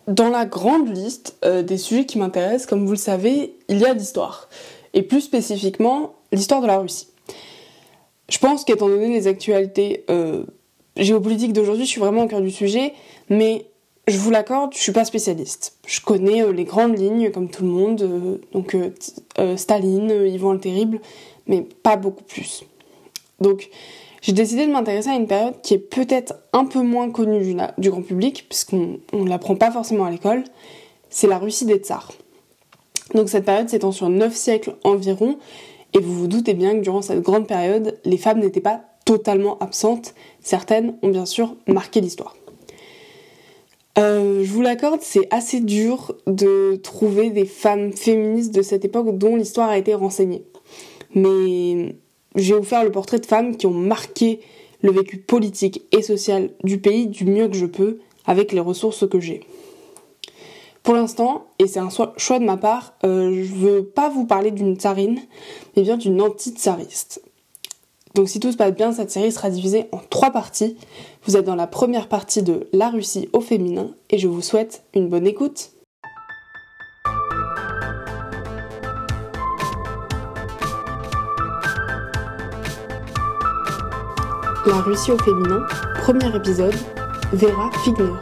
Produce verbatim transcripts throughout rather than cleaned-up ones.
Dans la grande liste euh, des sujets qui m'intéressent, comme vous le savez, il y a l'histoire. Et plus spécifiquement, l'histoire de la Russie. Je pense qu'étant donné les actualités euh, géopolitiques d'aujourd'hui, je suis vraiment au cœur du sujet, mais je vous l'accorde, je suis pas spécialiste. Je connais euh, les grandes lignes, comme tout le monde, euh, donc euh, euh, Staline, euh, Ivan le Terrible, mais pas beaucoup plus. Donc, j'ai décidé de m'intéresser à une période qui est peut-être un peu moins connue du, du grand public, puisqu'on ne l'apprend pas forcément à l'école, c'est la Russie des tsars. Donc cette période s'étend sur neuf siècles environ, et vous vous doutez bien que durant cette grande période, les femmes n'étaient pas totalement absentes, certaines ont bien sûr marqué l'histoire. Euh, je vous l'accorde, c'est assez dur de trouver des femmes féministes de cette époque dont l'histoire a été renseignée. Mais je vais vous faire le portrait de femmes qui ont marqué le vécu politique et social du pays du mieux que je peux, avec les ressources que j'ai. Pour l'instant, et c'est un choix de ma part, euh, je veux pas vous parler d'une tsarine, mais bien d'une anti-tsariste. Donc si tout se passe bien, cette série sera divisée en trois parties. Vous êtes dans la première partie de La Russie au féminin, et je vous souhaite une bonne écoute. La Russie au féminin, premier épisode, Vera Figner.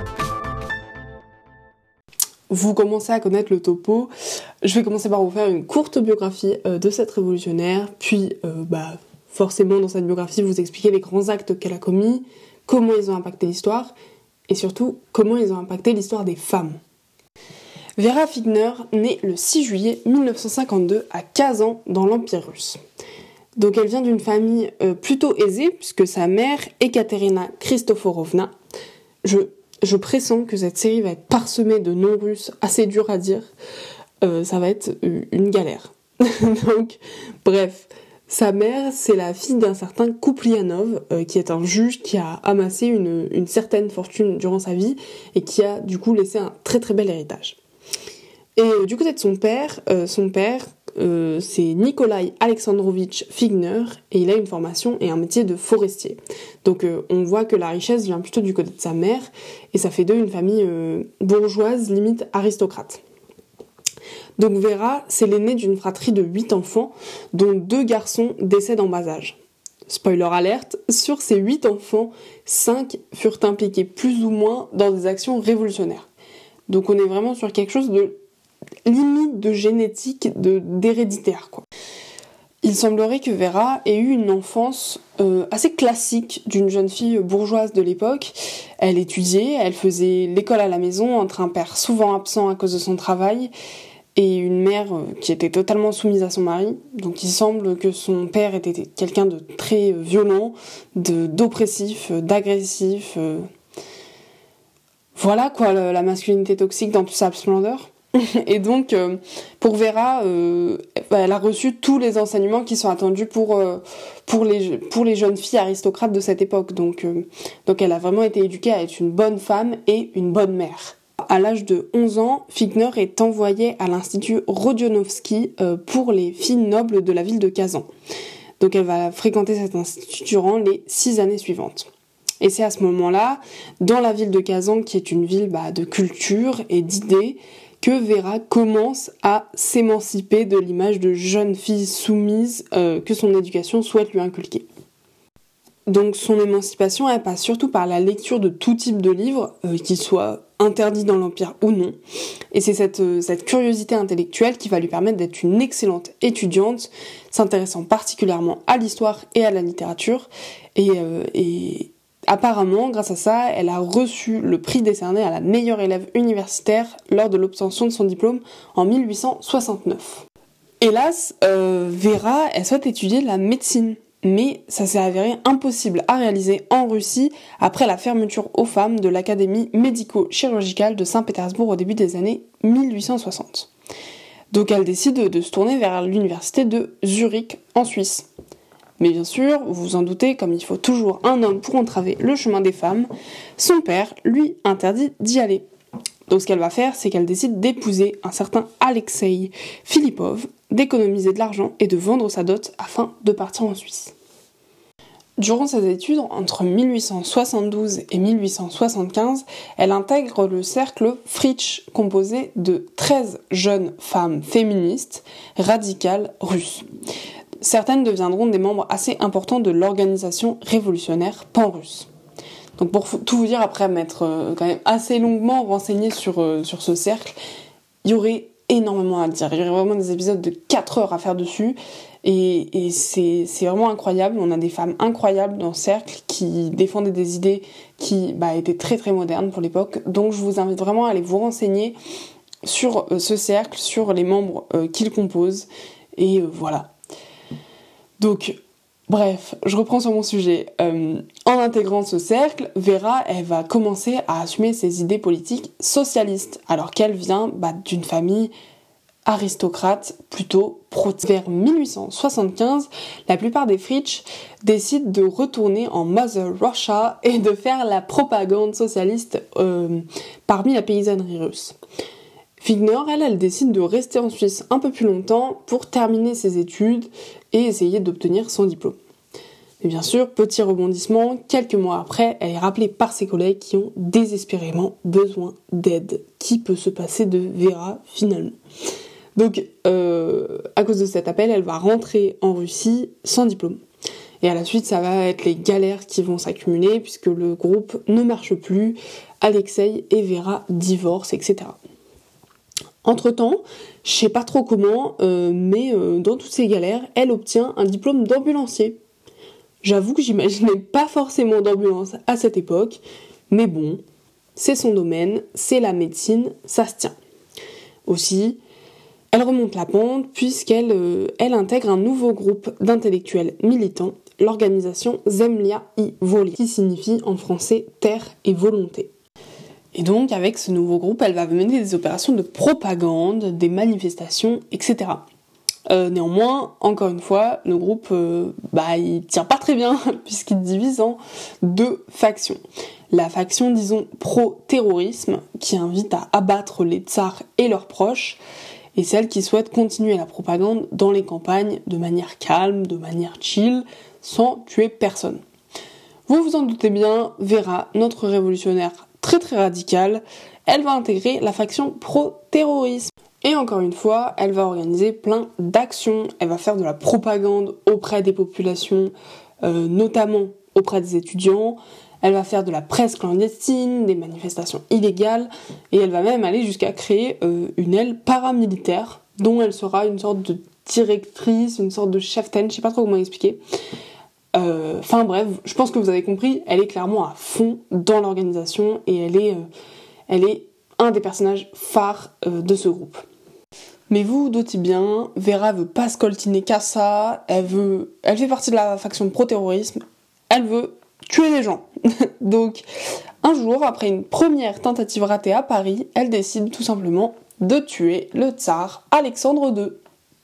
Vous commencez à connaître le topo. Je vais commencer par vous faire une courte biographie euh, de cette révolutionnaire, puis euh, bah, forcément dans cette biographie vous expliquer les grands actes qu'elle a commis, comment ils ont impacté l'histoire, et surtout comment ils ont impacté l'histoire des femmes. Vera Figner naît le six juillet mille neuf cent cinquante-deux à Kazan dans l'Empire russe. Donc elle vient d'une famille euh, plutôt aisée, puisque sa mère, Ekaterina Kristoforovna, je, je pressens que cette série va être parsemée de noms russes assez durs à dire, euh, ça va être une galère. Donc, bref, sa mère, c'est la fille d'un certain Kuplianov, euh, qui est un juge qui a amassé une, une certaine fortune durant sa vie, et qui a du coup laissé un très très bel héritage. Et euh, du côté de son père, euh, son père, Euh, c'est Nikolai Alexandrovitch Figner et il a une formation et un métier de forestier. Donc euh, on voit que la richesse vient plutôt du côté de sa mère et ça fait d'eux une famille euh, bourgeoise, limite aristocrate. Donc Vera, c'est l'aînée d'une fratrie de huit enfants dont deux garçons décèdent en bas âge. Spoiler alerte, sur ces huit enfants, cinq furent impliqués plus ou moins dans des actions révolutionnaires. Donc on est vraiment sur quelque chose de limite de génétique, de, d'héréditaire, quoi. Il semblerait que Vera ait eu une enfance euh, assez classique d'une jeune fille bourgeoise de l'époque. Elle étudiait, elle faisait l'école à la maison entre un père souvent absent à cause de son travail et une mère euh, qui était totalement soumise à son mari. Donc il semble que son père était quelqu'un de très violent, de, d'oppressif, d'agressif. Euh... Voilà quoi, la masculinité toxique dans toute sa splendeur. Et donc, euh, pour Vera, euh, elle a reçu tous les enseignements qui sont attendus pour, euh, pour, les, pour les jeunes filles aristocrates de cette époque. Donc, euh, donc elle a vraiment été éduquée à être une bonne femme et une bonne mère. À l'âge de onze ans, Figner est envoyée à l'Institut Rodionovski euh, pour les filles nobles de la ville de Kazan. Donc elle va fréquenter cet institut durant les six années suivantes. Et c'est à ce moment-là, dans la ville de Kazan, qui est une ville bah, de culture et d'idées, que Vera commence à s'émanciper de l'image de jeune fille soumise euh, que son éducation souhaite lui inculquer. Donc son émancipation, elle passe surtout par la lecture de tout type de livres, euh, qu'ils soient interdits dans l'Empire ou non. Et c'est cette, euh, cette curiosité intellectuelle qui va lui permettre d'être une excellente étudiante, s'intéressant particulièrement à l'histoire et à la littérature. Et, euh, et apparemment, grâce à ça, elle a reçu le prix décerné à la meilleure élève universitaire lors de l'obtention de son diplôme en mille huit cent soixante-neuf. Hélas, euh, Vera, elle souhaite étudier la médecine. Mais ça s'est avéré impossible à réaliser en Russie après la fermeture aux femmes de l'académie médico-chirurgicale de Saint-Pétersbourg au début des années mille huit cent soixante. Donc elle décide de se tourner vers l'université de Zurich en Suisse. Mais bien sûr, vous vous en doutez, comme il faut toujours un homme pour entraver le chemin des femmes, son père lui interdit d'y aller. Donc ce qu'elle va faire, c'est qu'elle décide d'épouser un certain Alexei Philippov, d'économiser de l'argent et de vendre sa dot afin de partir en Suisse. Durant ses études, entre mille huit cent soixante-douze et mille huit cent soixante-quinze, elle intègre le cercle Fritsch, composé de treize jeunes femmes féministes radicales russes. Certaines deviendront des membres assez importants de l'organisation révolutionnaire pan-russe. Donc pour tout vous dire, après m'être quand même assez longuement renseignée sur, sur ce cercle, il y aurait énormément à dire. Il y aurait vraiment des épisodes de quatre heures à faire dessus. Et, et c'est, c'est vraiment incroyable. On a des femmes incroyables dans ce cercle qui défendaient des idées qui bah, étaient très très modernes pour l'époque. Donc je vous invite vraiment à aller vous renseigner sur euh, ce cercle, sur les membres euh, qu'il compose. Et euh, voilà. Donc, bref, je reprends sur mon sujet. Euh, en intégrant ce cercle, Vera, elle va commencer à assumer ses idées politiques socialistes, alors qu'elle vient bah, d'une famille aristocrate plutôt pro. Vers mille huit cent soixante-quinze, la plupart des Fritsch décident de retourner en Mother Russia et de faire la propagande socialiste euh, parmi la paysannerie russe. Wigner, elle, elle décide de rester en Suisse un peu plus longtemps pour terminer ses études et essayer d'obtenir son diplôme. Mais bien sûr, petit rebondissement, quelques mois après, elle est rappelée par ses collègues qui ont désespérément besoin d'aide. Qui peut se passer de Vera finalement ? Donc, euh, à cause de cet appel, elle va rentrer en Russie sans diplôme. Et à la suite, ça va être les galères qui vont s'accumuler puisque le groupe ne marche plus, Alexei et Vera divorcent, et cetera. Entre-temps, je sais pas trop comment, euh, mais euh, dans toutes ces galères, elle obtient un diplôme d'ambulancier. J'avoue que j'imaginais pas forcément d'ambulance à cette époque, mais bon, c'est son domaine, c'est la médecine, ça se tient. Aussi, elle remonte la pente puisqu'elle euh, elle intègre un nouveau groupe d'intellectuels militants, l'organisation Zemlia i Volia, qui signifie en français terre et volonté. Et donc, avec ce nouveau groupe, elle va mener des opérations de propagande, des manifestations, et cetera. Euh, néanmoins, encore une fois, le groupe, euh, bah, il tient pas très bien, puisqu'il divise en deux factions. La faction, disons, pro-terrorisme, qui invite à abattre les tsars et leurs proches, et celle qui souhaite continuer la propagande dans les campagnes de manière calme, de manière chill, sans tuer personne. Vous vous en doutez bien, Vera, notre révolutionnaire très très radicale, elle va intégrer la faction pro-terrorisme. Et encore une fois, elle va organiser plein d'actions, elle va faire de la propagande auprès des populations, euh, notamment auprès des étudiants, elle va faire de la presse clandestine, des manifestations illégales, et elle va même aller jusqu'à créer euh, une aile paramilitaire, dont elle sera une sorte de directrice, une sorte de cheftaine, je sais pas trop comment expliquer. Enfin euh, bref, je pense que vous avez compris, elle est clairement à fond dans l'organisation, et elle est, euh, elle est un des personnages phares euh, de ce groupe. Mais vous vous doutez bien, Vera veut pas scoltiner qu'à ça, elle veut, elle fait partie de la faction pro-terrorisme, elle veut tuer les gens. Donc, un jour, après une première tentative ratée à Paris, elle décide tout simplement de tuer le tsar Alexandre deux.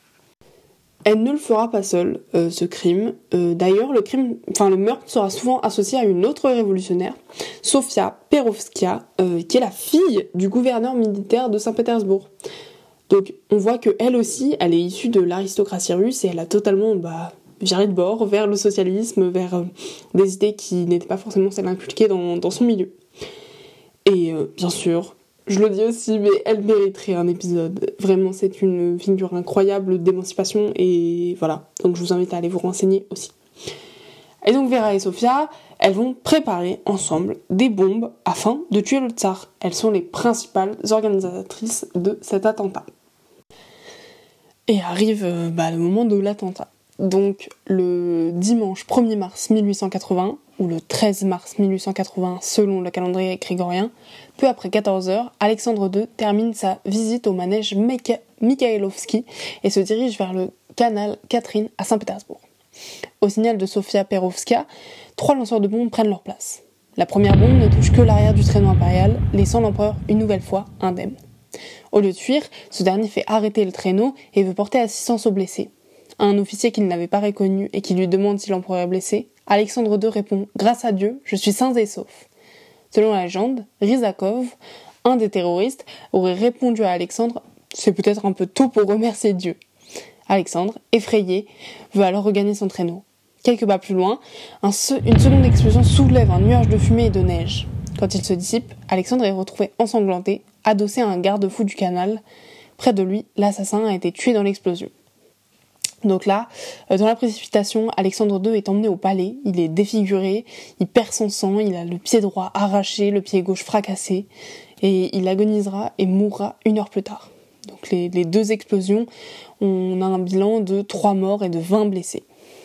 Elle ne le fera pas seule, euh, ce crime. Euh, d'ailleurs, le crime, enfin le meurtre sera souvent associé à une autre révolutionnaire, Sofia Perovskaya, euh, qui est la fille du gouverneur militaire de Saint-Pétersbourg. Donc, on voit que elle aussi, elle est issue de l'aristocratie russe et elle a totalement bah, viré de bord vers le socialisme, vers euh, des idées qui n'étaient pas forcément celles inculquées dans, dans son milieu. Et euh, bien sûr, je le dis aussi, mais elle mériterait un épisode. Vraiment, c'est une figure incroyable d'émancipation et voilà. Donc je vous invite à aller vous renseigner aussi. Et donc Vera et Sofia, elles vont préparer ensemble des bombes afin de tuer le tsar. Elles sont les principales organisatrices de cet attentat. Et arrive euh, bah, le moment de l'attentat. Donc le dimanche premier mars mille huit cent quatre-vingts, ou le treize mars mille huit cent quatre-vingts selon le calendrier grégorien, peu après quatorze heures, Alexandre deux termine sa visite au manège Mika- Mikhailovski et se dirige vers le canal Catherine à Saint-Pétersbourg. Au signal de Sofia Perovskaya, trois lanceurs de bombes prennent leur place. La première bombe ne touche que l'arrière du traîneau impérial, laissant l'empereur une nouvelle fois indemne. Au lieu de fuir, ce dernier fait arrêter le traîneau et veut porter assistance aux blessés. À un officier qu'il n'avait pas reconnu et qui lui demande si l'empereur est blessé, Alexandre deux répond « Grâce à Dieu, je suis sain et sauf ». Selon la légende, Rizakov, un des terroristes, aurait répondu à Alexandre « C'est peut-être un peu tôt pour remercier Dieu ». Alexandre, effrayé, veut alors regagner son traîneau. Quelques pas plus loin, un se- une seconde explosion soulève un nuage de fumée et de neige. Quand il se dissipe, Alexandre est retrouvé ensanglanté, adossé à un garde-fou du canal. Près de lui, l'assassin a été tué dans l'explosion. Donc là, dans la précipitation, Alexandre deux est emmené au palais, il est défiguré, il perd son sang, il a le pied droit arraché, le pied gauche fracassé, et il agonisera et mourra une heure plus tard. Donc les, les deux explosions, on a un bilan de trois morts et de vingt blessés.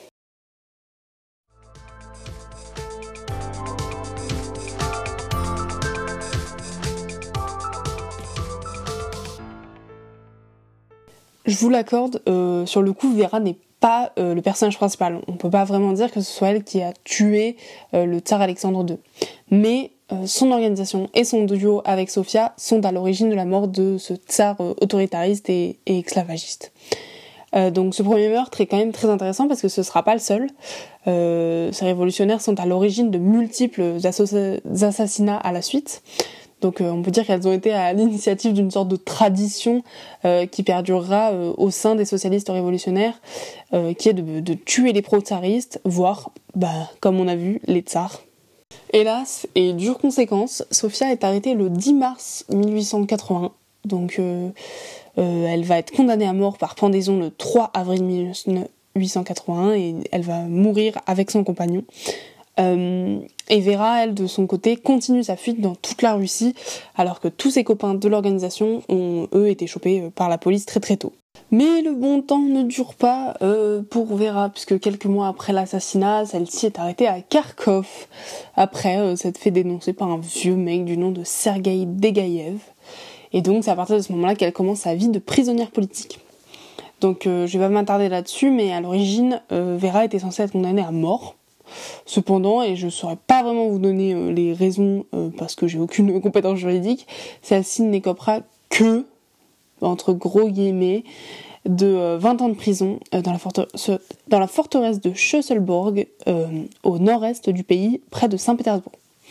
Je vous l'accorde, euh, sur le coup, Vera n'est pas euh, le personnage principal. On peut pas vraiment dire que ce soit elle qui a tué euh, le tsar Alexandre deux. Mais euh, son organisation et son duo avec Sofia sont à l'origine de la mort de ce tsar euh, autoritariste et, et esclavagiste. Euh, donc ce premier meurtre est quand même très intéressant parce que ce sera pas le seul. Euh, ces révolutionnaires sont à l'origine de multiples associ- assassinats à la suite. Donc euh, on peut dire qu'elles ont été à l'initiative d'une sorte de tradition euh, qui perdurera euh, au sein des socialistes révolutionnaires, euh, qui est de, de tuer les pro-tsaristes, voire, bah, comme on a vu, les tsars. Hélas, et dure conséquence, Sofia est arrêtée le dix mars mille huit cent quatre-vingts, donc euh, euh, elle va être condamnée à mort par pendaison le trois avril mille huit cent quatre-vingt-un et elle va mourir avec son compagnon. Euh, et Vera, elle, de son côté, continue sa fuite dans toute la Russie, alors que tous ses copains de l'organisation ont, eux, été chopés par la police très très tôt. Mais le bon temps ne dure pas euh, pour Vera, puisque quelques mois après l'assassinat, celle-ci est arrêtée à Kharkov, après euh, s'être fait dénoncer par un vieux mec du nom de Sergueï Degaïev. Et donc c'est à partir de ce moment-là qu'elle commence sa vie de prisonnière politique. Donc euh, je vais pas m'attarder là-dessus, mais à l'origine, euh, Vera était censée être condamnée à mort. Cependant, et je ne saurais pas vraiment vous donner euh, les raisons euh, parce que j'ai aucune compétence juridique, celle-ci n'écopera que, entre gros guillemets, de euh, vingt ans de prison euh, dans, la forteresse, dans la forteresse de Schösselborg, euh, au nord-est du pays, près de Saint-Pétersbourg.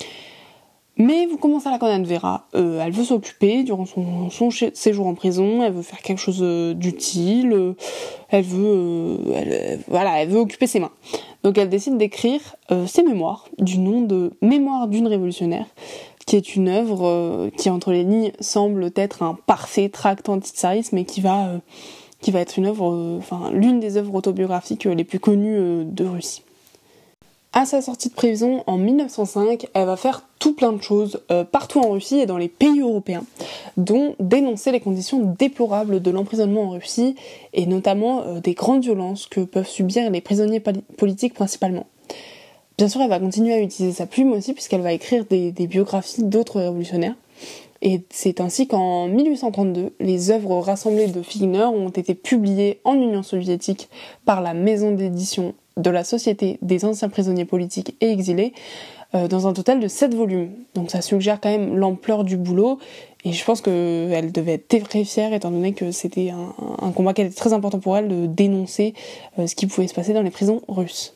Mais vous commencez à la connaître, Vera. Euh, elle veut s'occuper durant son, son séjour en prison, elle veut faire quelque chose euh, d'utile, euh, elle veut, euh, elle, voilà, elle veut occuper ses mains. Donc elle décide d'écrire euh, ses mémoires du nom de Mémoires d'une révolutionnaire, qui est une œuvre euh, qui entre les lignes semble être un parfait tract anti-tsarisme et qui va, euh, qui va être une œuvre, euh, enfin l'une des œuvres autobiographiques les plus connues euh, de Russie. À sa sortie de prison en mille neuf cent cinq, elle va faire tout plein de choses euh, partout en Russie et dans les pays européens, dont dénoncer les conditions déplorables de l'emprisonnement en Russie et notamment euh, des grandes violences que peuvent subir les prisonniers poli- politiques principalement. Bien sûr, elle va continuer à utiliser sa plume aussi puisqu'elle va écrire des, des biographies d'autres révolutionnaires. Et c'est ainsi qu'en mille huit cent trente-deux, les œuvres rassemblées de Figner ont été publiées en Union soviétique par la maison d'édition de la Société des anciens prisonniers politiques et exilés, euh, dans un total de sept volumes. Donc ça suggère quand même l'ampleur du boulot, et je pense qu'elle devait être très fière, étant donné que c'était un, un combat qui était très important pour elle de dénoncer euh, ce qui pouvait se passer dans les prisons russes.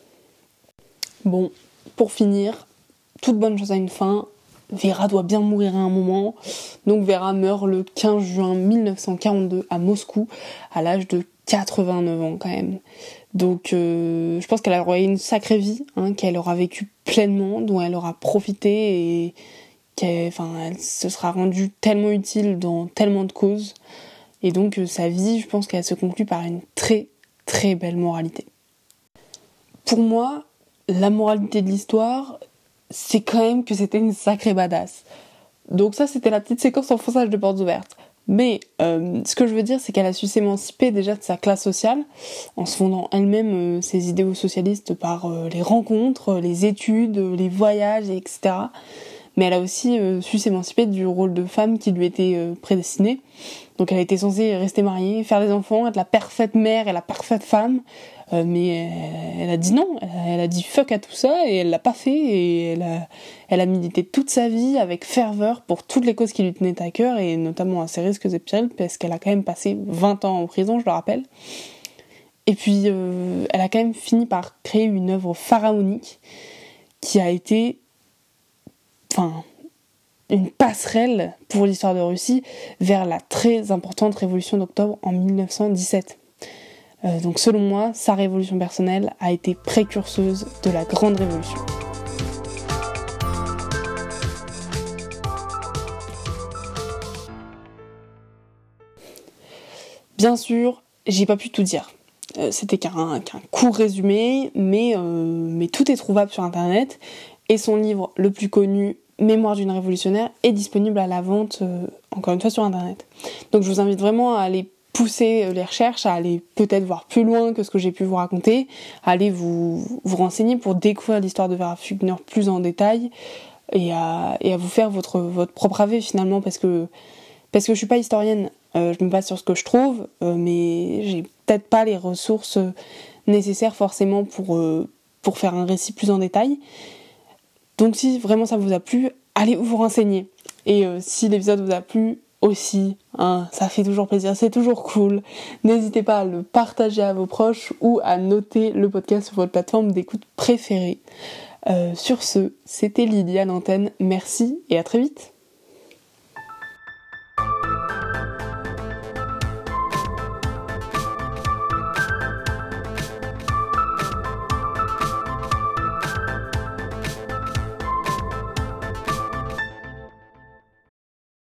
Bon, pour finir, toute bonne chose a une fin, Vera doit bien mourir à un moment, donc Vera meurt le quinze juin mille neuf cent quarante-deux à Moscou, à l'âge de quatre-vingt-neuf ans quand même. Donc euh, je pense qu'elle aura eu une sacrée vie, hein, qu'elle aura vécu pleinement, dont elle aura profité et qu'elle, enfin, elle se sera rendue tellement utile dans tellement de causes. Et donc euh, sa vie, je pense qu'elle se conclut par une très très belle moralité. Pour moi, la moralité de l'histoire, c'est quand même que c'était une sacrée badass. Donc ça, c'était la petite séquence enfonçage de portes ouvertes. Mais euh, ce que je veux dire, c'est qu'elle a su s'émanciper déjà de sa classe sociale, en se fondant elle-même euh, ses idéaux socialistes par euh, les rencontres, les études, les voyages, et cetera. Mais elle a aussi euh, su s'émanciper du rôle de femme qui lui était euh, prédestiné. Donc elle était censée rester mariée, faire des enfants, être la parfaite mère et la parfaite femme. Euh, mais elle, elle a dit non, elle a, elle a dit fuck à tout ça et elle l'a pas fait. Et elle a, elle a milité toute sa vie avec ferveur pour toutes les causes qui lui tenaient à cœur et notamment à ses risques et périls parce qu'elle a quand même passé vingt ans en prison, je le rappelle. Et puis euh, elle a quand même fini par créer une œuvre pharaonique qui a été... Enfin... une passerelle pour l'histoire de Russie vers la très importante révolution d'octobre en mille neuf cent dix-sept. Euh, donc selon moi, sa révolution personnelle a été précurseuse de la grande révolution. Bien sûr, j'ai pas pu tout dire. Euh, c'était qu'un, qu'un court résumé, mais, euh, mais tout est trouvable sur internet. Et son livre le plus connu, Mémoire d'une révolutionnaire, est disponible à la vente, euh, encore une fois, sur internet. Donc je vous invite vraiment à aller pousser les recherches, à aller peut-être voir plus loin que ce que j'ai pu vous raconter, à aller vous, vous renseigner pour découvrir l'histoire de Vera Fugner plus en détail, et à, et à vous faire votre, votre propre avis finalement, parce que, parce que je suis pas historienne. Euh, je me base sur ce que je trouve, euh, mais j'ai peut-être pas les ressources nécessaires forcément pour, euh, pour faire un récit plus en détail. Donc si vraiment ça vous a plu, allez vous renseigner. Et euh, si l'épisode vous a plu aussi, hein, ça fait toujours plaisir, c'est toujours cool. N'hésitez pas à le partager à vos proches ou à noter le podcast sur votre plateforme d'écoute préférée. Euh, sur ce, c'était Lydie à l'antenne. Merci et à très vite.